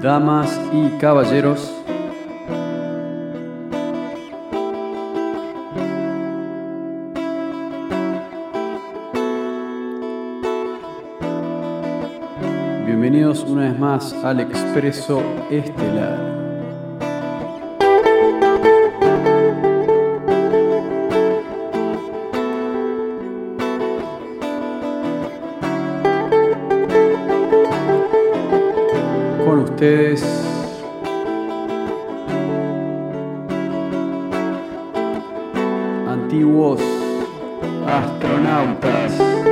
Damas y caballeros, bienvenidos una vez más al Expreso Estelar. Con ustedes, antiguos astronautas.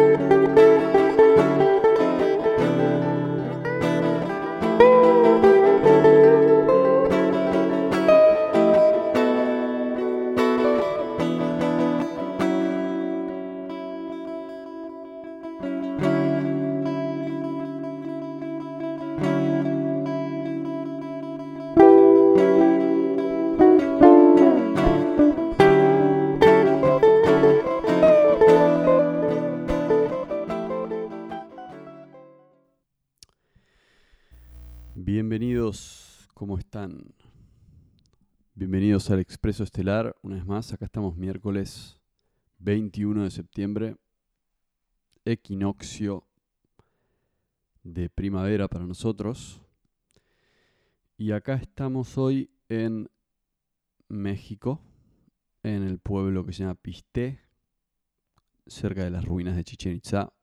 Bienvenidos, ¿cómo están? Bienvenidos al Expreso Estelar, una vez más. Acá estamos miércoles 21 de septiembre, equinoccio de primavera para nosotros. Y acá estamos hoy en México, en el pueblo que se llama Pisté, cerca de las ruinas de Chichén Itzá.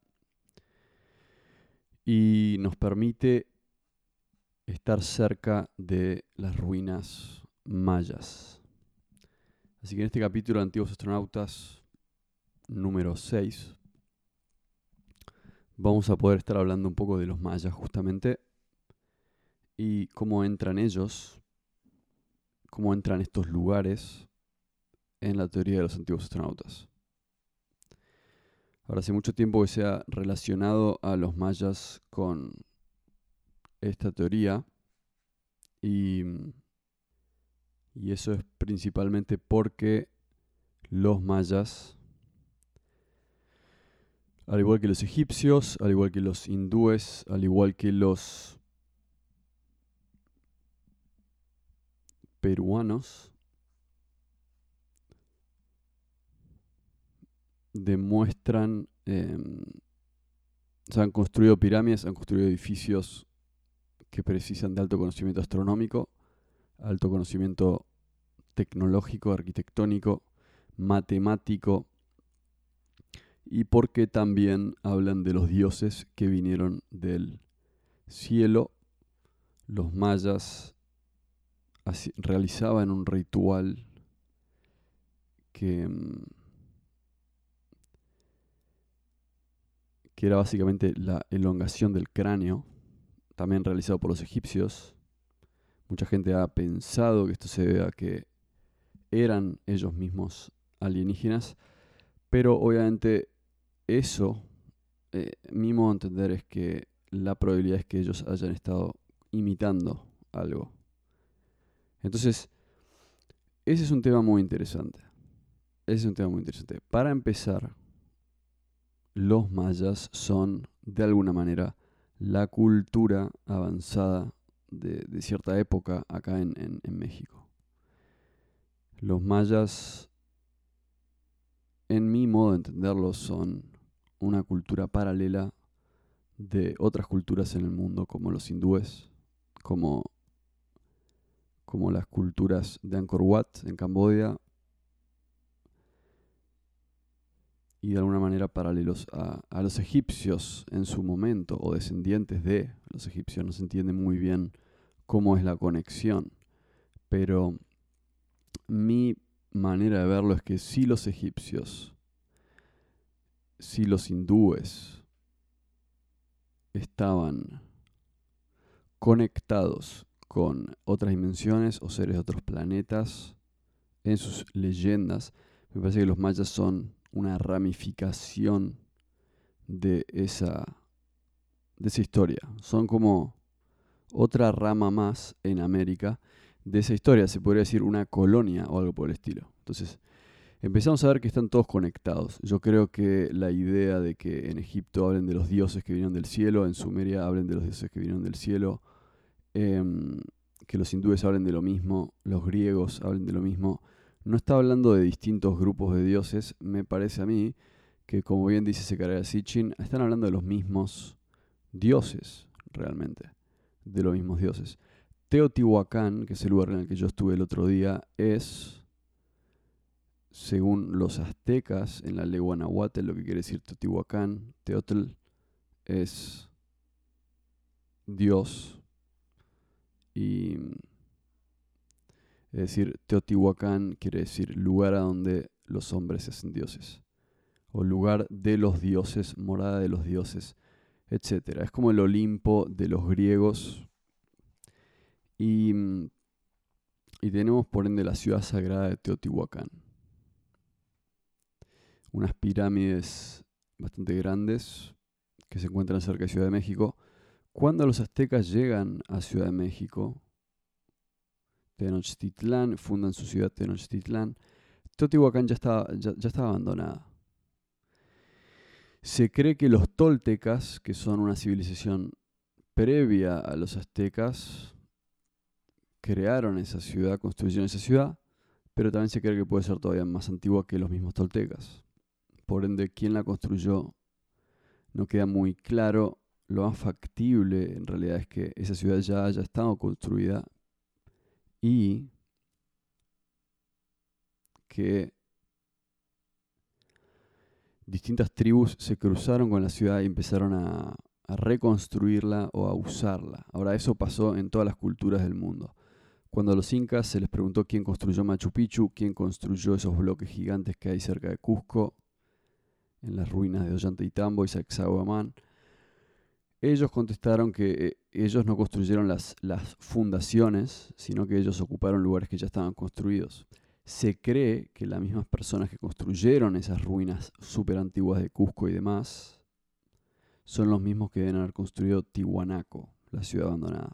Y nos permite estar cerca de las ruinas mayas. Así que en este capítulo de Antiguos Astronautas número 6 vamos a poder estar hablando un poco de los mayas justamente y cómo entran ellos, cómo entran estos lugares en la teoría de los antiguos astronautas. Ahora, hace mucho tiempo que se ha relacionado a los mayas con esta teoría y eso es principalmente porque los mayas, al igual que los egipcios, al igual que los hindúes, al igual que los peruanos, demuestran, han construido pirámides, han construido edificios que precisan de alto conocimiento astronómico, alto conocimiento tecnológico, arquitectónico, matemático, y porque también hablan de los dioses que vinieron del cielo. Los mayas realizaban un ritual que era básicamente la elongación del cráneo, también realizado por los egipcios. Mucha gente ha pensado que esto se debe a que eran ellos mismos alienígenas, pero obviamente eso, mi modo de entender es que la probabilidad es que ellos hayan estado imitando algo. Entonces, ese es un tema muy interesante. Para empezar, los mayas son, de alguna manera, la cultura avanzada de cierta época acá en México. Los mayas, en mi modo de entenderlo, son una cultura paralela de otras culturas en el mundo, como los hindúes, como las culturas de Angkor Wat en Camboya, y de alguna manera paralelos a los egipcios en su momento, o descendientes de los egipcios. No se entiende muy bien cómo es la conexión, pero mi manera de verlo es que si los egipcios, si los hindúes estaban conectados con otras dimensiones o seres de otros planetas en sus leyendas, me parece que los mayas son una ramificación de esa historia. Son como otra rama más en América de esa historia, se podría decir una colonia o algo por el estilo. Entonces, empezamos a ver que están todos conectados. Yo creo que la idea de que en Egipto hablen de los dioses que vinieron del cielo, en Sumeria hablen de los dioses que vinieron del cielo, que los hindúes hablen de lo mismo, los griegos hablen de lo mismo. No está hablando de distintos grupos de dioses, me parece a mí que, como bien dice Zecharia Sitchin, están hablando de los mismos dioses, realmente, de los mismos dioses. Teotihuacán, que es el lugar en el que yo estuve el otro día, es, según los aztecas, en la lengua nahuatl, lo que quiere decir Teotihuacán, Teotl, es Dios. Y es decir, Teotihuacán quiere decir lugar a donde los hombres se hacen dioses, o lugar de los dioses, morada de los dioses, etc. Es como el Olimpo de los griegos. Y, y tenemos por ende la ciudad sagrada de Teotihuacán. Unas pirámides bastante grandes que se encuentran cerca de Ciudad de México. Cuando los aztecas llegan a Ciudad de México, Tenochtitlán, fundan su ciudad Tenochtitlán, Teotihuacán ya estaba abandonada. Se cree que los toltecas, que son una civilización previa a los aztecas, crearon esa ciudad, construyeron esa ciudad, pero también se cree que puede ser todavía más antigua que los mismos toltecas. Por ende, quién la construyó no queda muy claro. Lo más factible en realidad es que esa ciudad ya haya estado construida y que distintas tribus se cruzaron con la ciudad y empezaron a reconstruirla o a usarla. Ahora, eso pasó en todas las culturas del mundo. Cuando a los incas se les preguntó quién construyó Machu Picchu, quién construyó esos bloques gigantes que hay cerca de Cusco, en las ruinas de Ollantaytambo y Sacsayhuamán, ellos contestaron que ellos no construyeron las fundaciones, sino que ellos ocuparon lugares que ya estaban construidos. Se cree que las mismas personas que construyeron esas ruinas súper antiguas de Cusco y demás son los mismos que deben haber construido Tiwanaku, la ciudad abandonada.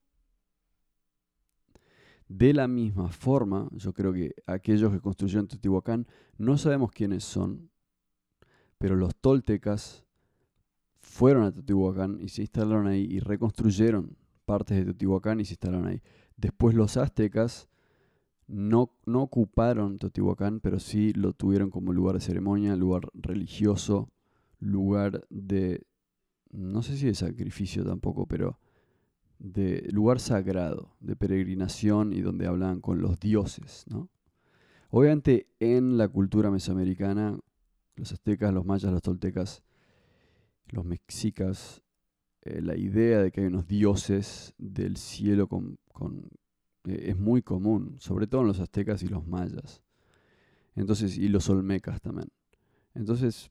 De la misma forma, yo creo que aquellos que construyeron Teotihuacán no sabemos quiénes son, pero los toltecas fueron a Teotihuacán y se instalaron ahí y reconstruyeron partes de Teotihuacán y se instalaron ahí. Después los aztecas no ocuparon Teotihuacán, pero sí lo tuvieron como lugar de ceremonia, lugar religioso, lugar de, no sé si de sacrificio tampoco, pero de lugar sagrado, de peregrinación y donde hablaban con los dioses, ¿no? Obviamente en la cultura mesoamericana, los aztecas, los mayas, los toltecas, los mexicas, la idea de que hay unos dioses del cielo es muy común, sobre todo en los aztecas y los mayas. Entonces, y los olmecas también. Entonces,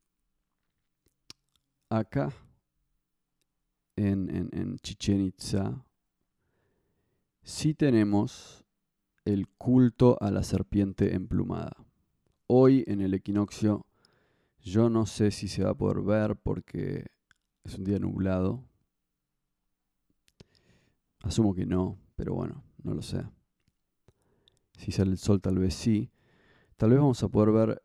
acá en Chichén Itzá sí tenemos el culto a la serpiente emplumada. Hoy en el equinoccio yo no sé si se va a poder ver porque es un día nublado. Asumo que no, pero bueno, no lo sé. Si sale el sol tal vez sí. Tal vez vamos a poder ver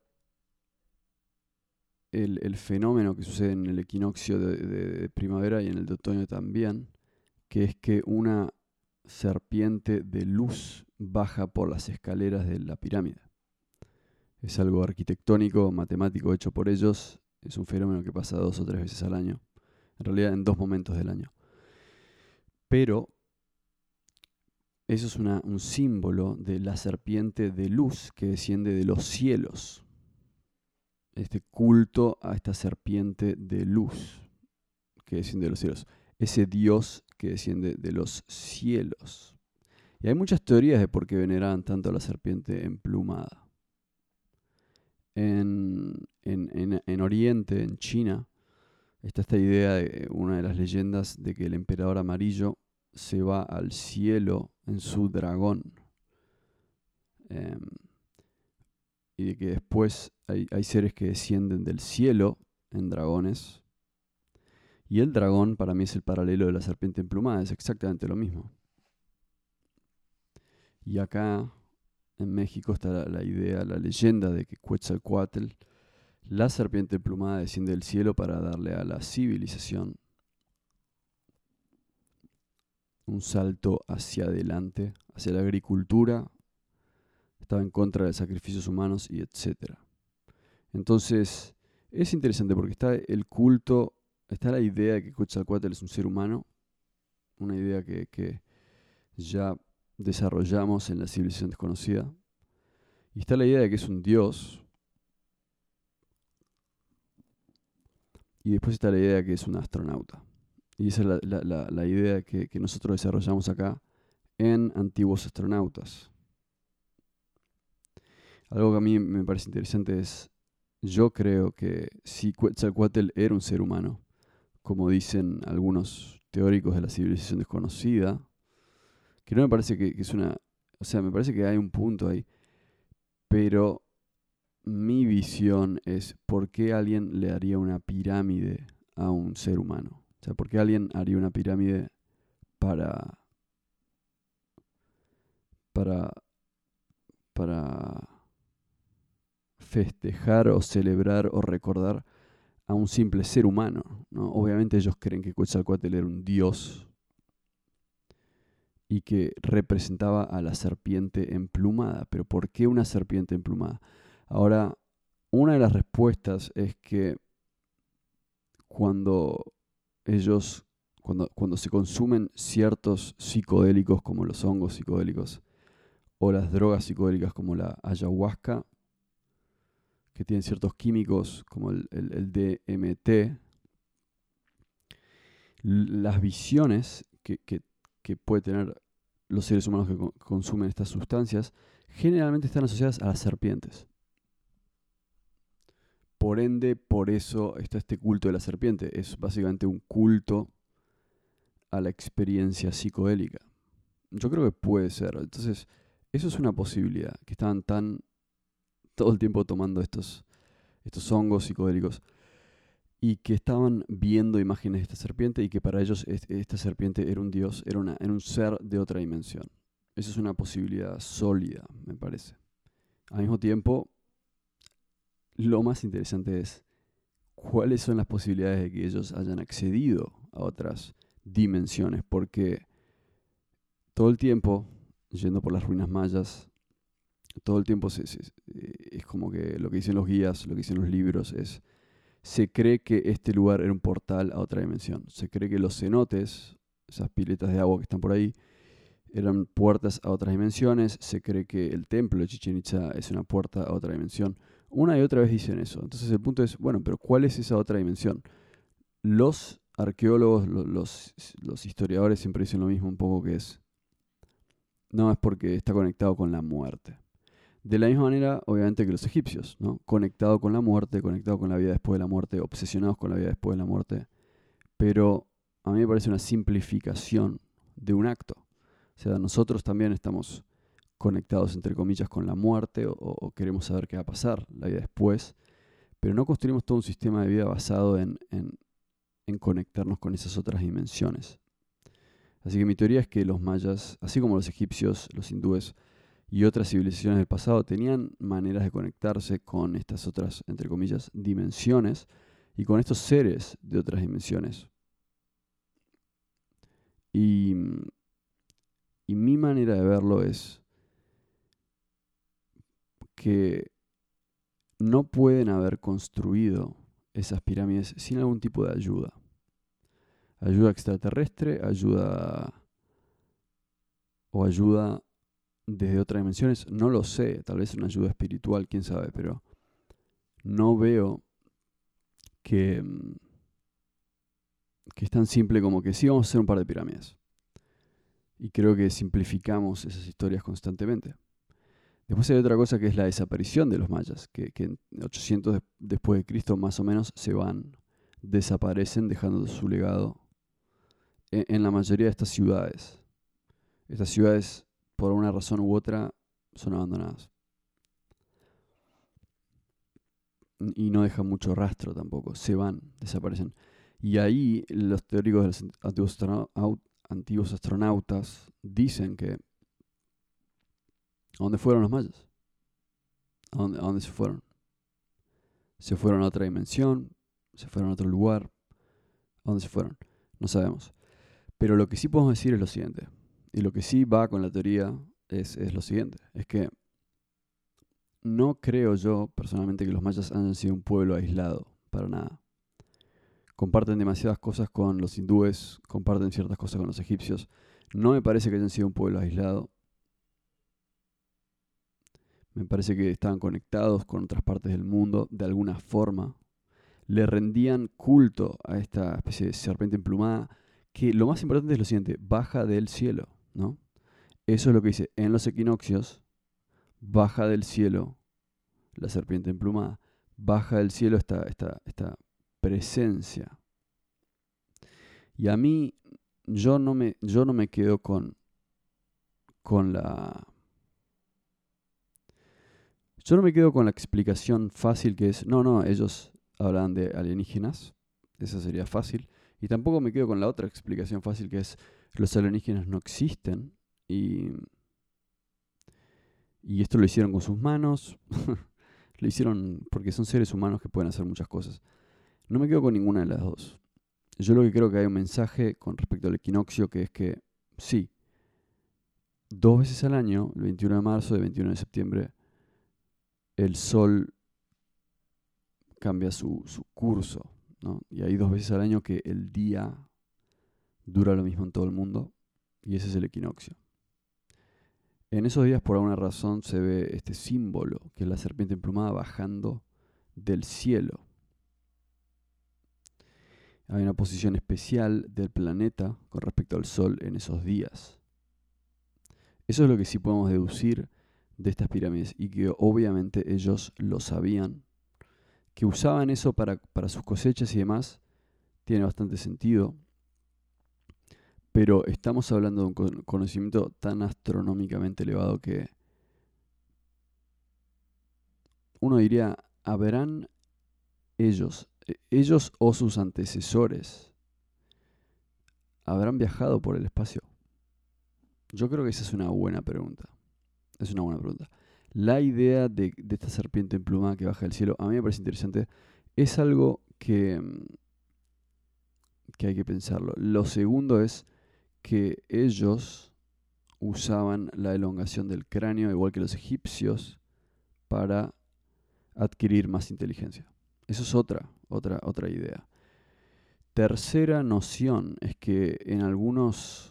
el fenómeno que sucede en el equinoccio de primavera y en el de otoño también, que es que una serpiente de luz baja por las escaleras de la pirámide. Es algo arquitectónico, matemático hecho por ellos. Es un fenómeno que pasa 2 o 3 veces al año. En realidad en 2 momentos del año. Pero eso es un símbolo de la serpiente de luz que desciende de los cielos. Este culto a esta serpiente de luz que desciende de los cielos. Ese Dios que desciende de los cielos. Y hay muchas teorías de por qué veneraban tanto a la serpiente emplumada. En Oriente, en China, está esta idea de una de las leyendas de que el emperador amarillo se va al cielo en su dragón. Y de que después hay seres que descienden del cielo en dragones. Y el dragón para mí es el paralelo de la serpiente emplumada, es exactamente lo mismo. Y acá en México está la idea, la leyenda de que Quetzalcóatl, la serpiente emplumada, desciende del cielo para darle a la civilización un salto hacia adelante, hacia la agricultura, estaba en contra de sacrificios humanos y etcétera. Entonces, es interesante porque está el culto, está la idea de que Quetzalcóatl es un ser humano, una idea que ya desarrollamos en la civilización desconocida, y está la idea de que es un dios, y después está la idea de que es un astronauta. Y esa es la idea que nosotros desarrollamos acá en Antiguos Astronautas. Algo que a mí me parece interesante es, yo creo que si Quetzalcóatl era un ser humano, como dicen algunos teóricos de la civilización desconocida, que no me parece que es una... O sea, me parece que hay un punto ahí, pero mi visión es por qué alguien le haría una pirámide a un ser humano. O sea, por qué alguien haría una pirámide para... para... para festejar o celebrar o recordar a un simple ser humano, ¿no? Obviamente ellos creen que Quetzalcóatl era un dios y que representaba a la serpiente emplumada. Pero ¿por qué una serpiente emplumada? Ahora, una de las respuestas es que cuando cuando se consumen ciertos psicodélicos como los hongos psicodélicos o las drogas psicodélicas como la ayahuasca, que tienen ciertos químicos como el DMT, las visiones que puede tener los seres humanos que consumen estas sustancias generalmente están asociadas a las serpientes. Por ende, por eso está este culto de la serpiente. Es básicamente un culto a la experiencia psicodélica. Yo creo que puede ser. Entonces, eso es una posibilidad, que estaban todo el tiempo tomando estos hongos psicodélicos y que estaban viendo imágenes de esta serpiente y que para ellos esta serpiente era un dios, era un ser de otra dimensión. Esa es una posibilidad sólida, me parece. Al mismo tiempo, lo más interesante es cuáles son las posibilidades de que ellos hayan accedido a otras dimensiones, porque todo el tiempo, yendo por las ruinas mayas, todo el tiempo es como que lo que dicen los guías, lo que dicen los libros es: se cree que este lugar era un portal a otra dimensión. Se cree que los cenotes, esas piletas de agua que están por ahí, eran puertas a otras dimensiones. Se cree que el templo de Chichén Itzá es una puerta a otra dimensión. Una y otra vez dicen eso. Entonces el punto es, bueno, pero ¿cuál es esa otra dimensión? Los arqueólogos, los historiadores siempre dicen lo mismo un poco, que es, no, es porque está conectado con la muerte. De la misma manera, obviamente, que los egipcios, ¿no? Conectado con la muerte, conectado con la vida después de la muerte, obsesionados con la vida después de la muerte. Pero a mí me parece una simplificación de un acto. O sea, nosotros también estamos conectados, entre comillas, con la muerte o queremos saber qué va a pasar, la vida después, pero no construimos todo un sistema de vida basado en conectarnos con esas otras dimensiones. Así que mi teoría es que los mayas, así como los egipcios, los hindúes y otras civilizaciones del pasado, tenían maneras de conectarse con estas otras, entre comillas, dimensiones y con estos seres de otras dimensiones. Y mi manera de verlo es que no pueden haber construido esas pirámides sin algún tipo de ayuda. Ayuda extraterrestre, ayuda desde otras dimensiones, no lo sé, tal vez una ayuda espiritual, quién sabe, pero no veo que es tan simple como que sí, vamos a hacer un par de pirámides. Y creo que simplificamos esas historias constantemente. Después hay otra cosa, que es la desaparición de los mayas, que en 800 después de Cristo más o menos se van, desaparecen, dejando su legado en la mayoría de estas ciudades. Estas ciudades, por una razón u otra, son abandonadas. Y no dejan mucho rastro tampoco, se van, desaparecen. Y ahí los teóricos de los antiguos astronautas dicen que ¿a dónde fueron los mayas? ¿A dónde se fueron? ¿Se fueron a otra dimensión? ¿Se fueron a otro lugar? ¿A dónde se fueron? No sabemos. Pero lo que sí podemos decir es lo siguiente, y lo que sí va con la teoría es lo siguiente, es que no creo yo personalmente que los mayas hayan sido un pueblo aislado, para nada. Comparten demasiadas cosas con los hindúes, comparten ciertas cosas con los egipcios. No me parece que hayan sido un pueblo aislado. Me parece que estaban conectados con otras partes del mundo de alguna forma. Le rendían culto a esta especie de serpiente emplumada, que lo más importante es lo siguiente, baja del cielo, ¿no? Eso es lo que dice, en los equinoccios, baja del cielo la serpiente emplumada, baja del cielo esta presencia. Y a mí, yo no me quedo con la... Yo no me quedo con la explicación fácil que es, no, ellos hablan de alienígenas, esa sería fácil. Y tampoco me quedo con la otra explicación fácil que es, los alienígenas no existen y esto lo hicieron con sus manos, lo hicieron porque son seres humanos que pueden hacer muchas cosas. No me quedo con ninguna de las dos. Yo lo que creo que hay un mensaje con respecto al equinoccio que es que sí, 2 veces al año, el 21 de marzo y el 21 de septiembre, el sol cambia su curso, ¿no? Y hay 2 veces al año que el día dura lo mismo en todo el mundo y ese es el equinoccio. En esos días por alguna razón se ve este símbolo que es la serpiente emplumada bajando del cielo. Hay una posición especial del planeta con respecto al sol en esos días. Eso es lo que sí podemos deducir de estas pirámides y que obviamente ellos lo sabían, que usaban eso para sus cosechas y demás, tiene bastante sentido, pero estamos hablando de un conocimiento tan astronómicamente elevado que uno diría, ¿habrán ellos o sus antecesores, habrán viajado por el espacio? Yo creo que esa es una buena pregunta. Es una buena pregunta. La idea de esta serpiente emplumada que baja del cielo, a mí me parece interesante. Es algo que hay que pensarlo. Lo segundo es que ellos usaban la elongación del cráneo, igual que los egipcios, para adquirir más inteligencia. Eso es otra idea. Tercera noción es que en algunas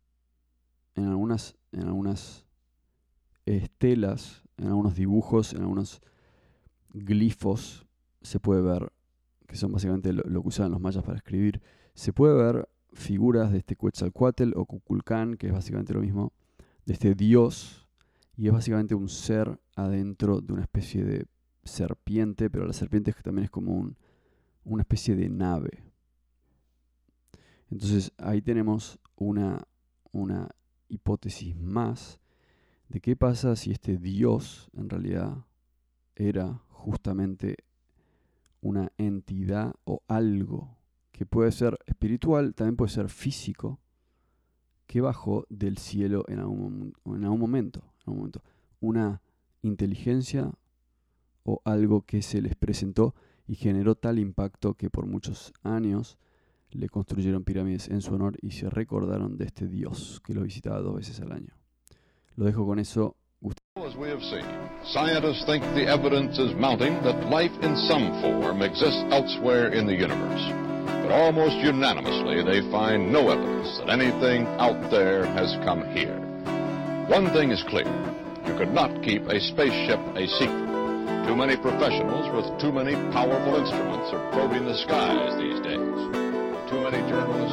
estelas, en algunos dibujos, en algunos glifos, se puede ver, que son básicamente lo que usaban los mayas para escribir, se puede ver figuras de este Quetzalcóatl o Kukulcán, que es básicamente lo mismo, de este dios, y es básicamente un ser adentro de una especie de serpiente, pero la serpiente también es como una especie de nave. Entonces ahí tenemos una hipótesis más de qué pasa si este dios en realidad era justamente una entidad o algo que puede ser espiritual, también puede ser físico, que bajó del cielo en algún momento. Una inteligencia o algo que se les presentó y generó tal impacto que por muchos años le construyeron pirámides en su honor y se recordaron de este dios que lo visitaba 2 veces al año. Lo dejo con eso. As we have seen, scientists think the evidence is mounting that life in some form exists elsewhere in the universe. But almost unanimously, they find no evidence that anything out there has come here. One thing is clear. You could not keep a spaceship a secret. Too many professionals with too many powerful instruments are probing the skies these days. Too many journalists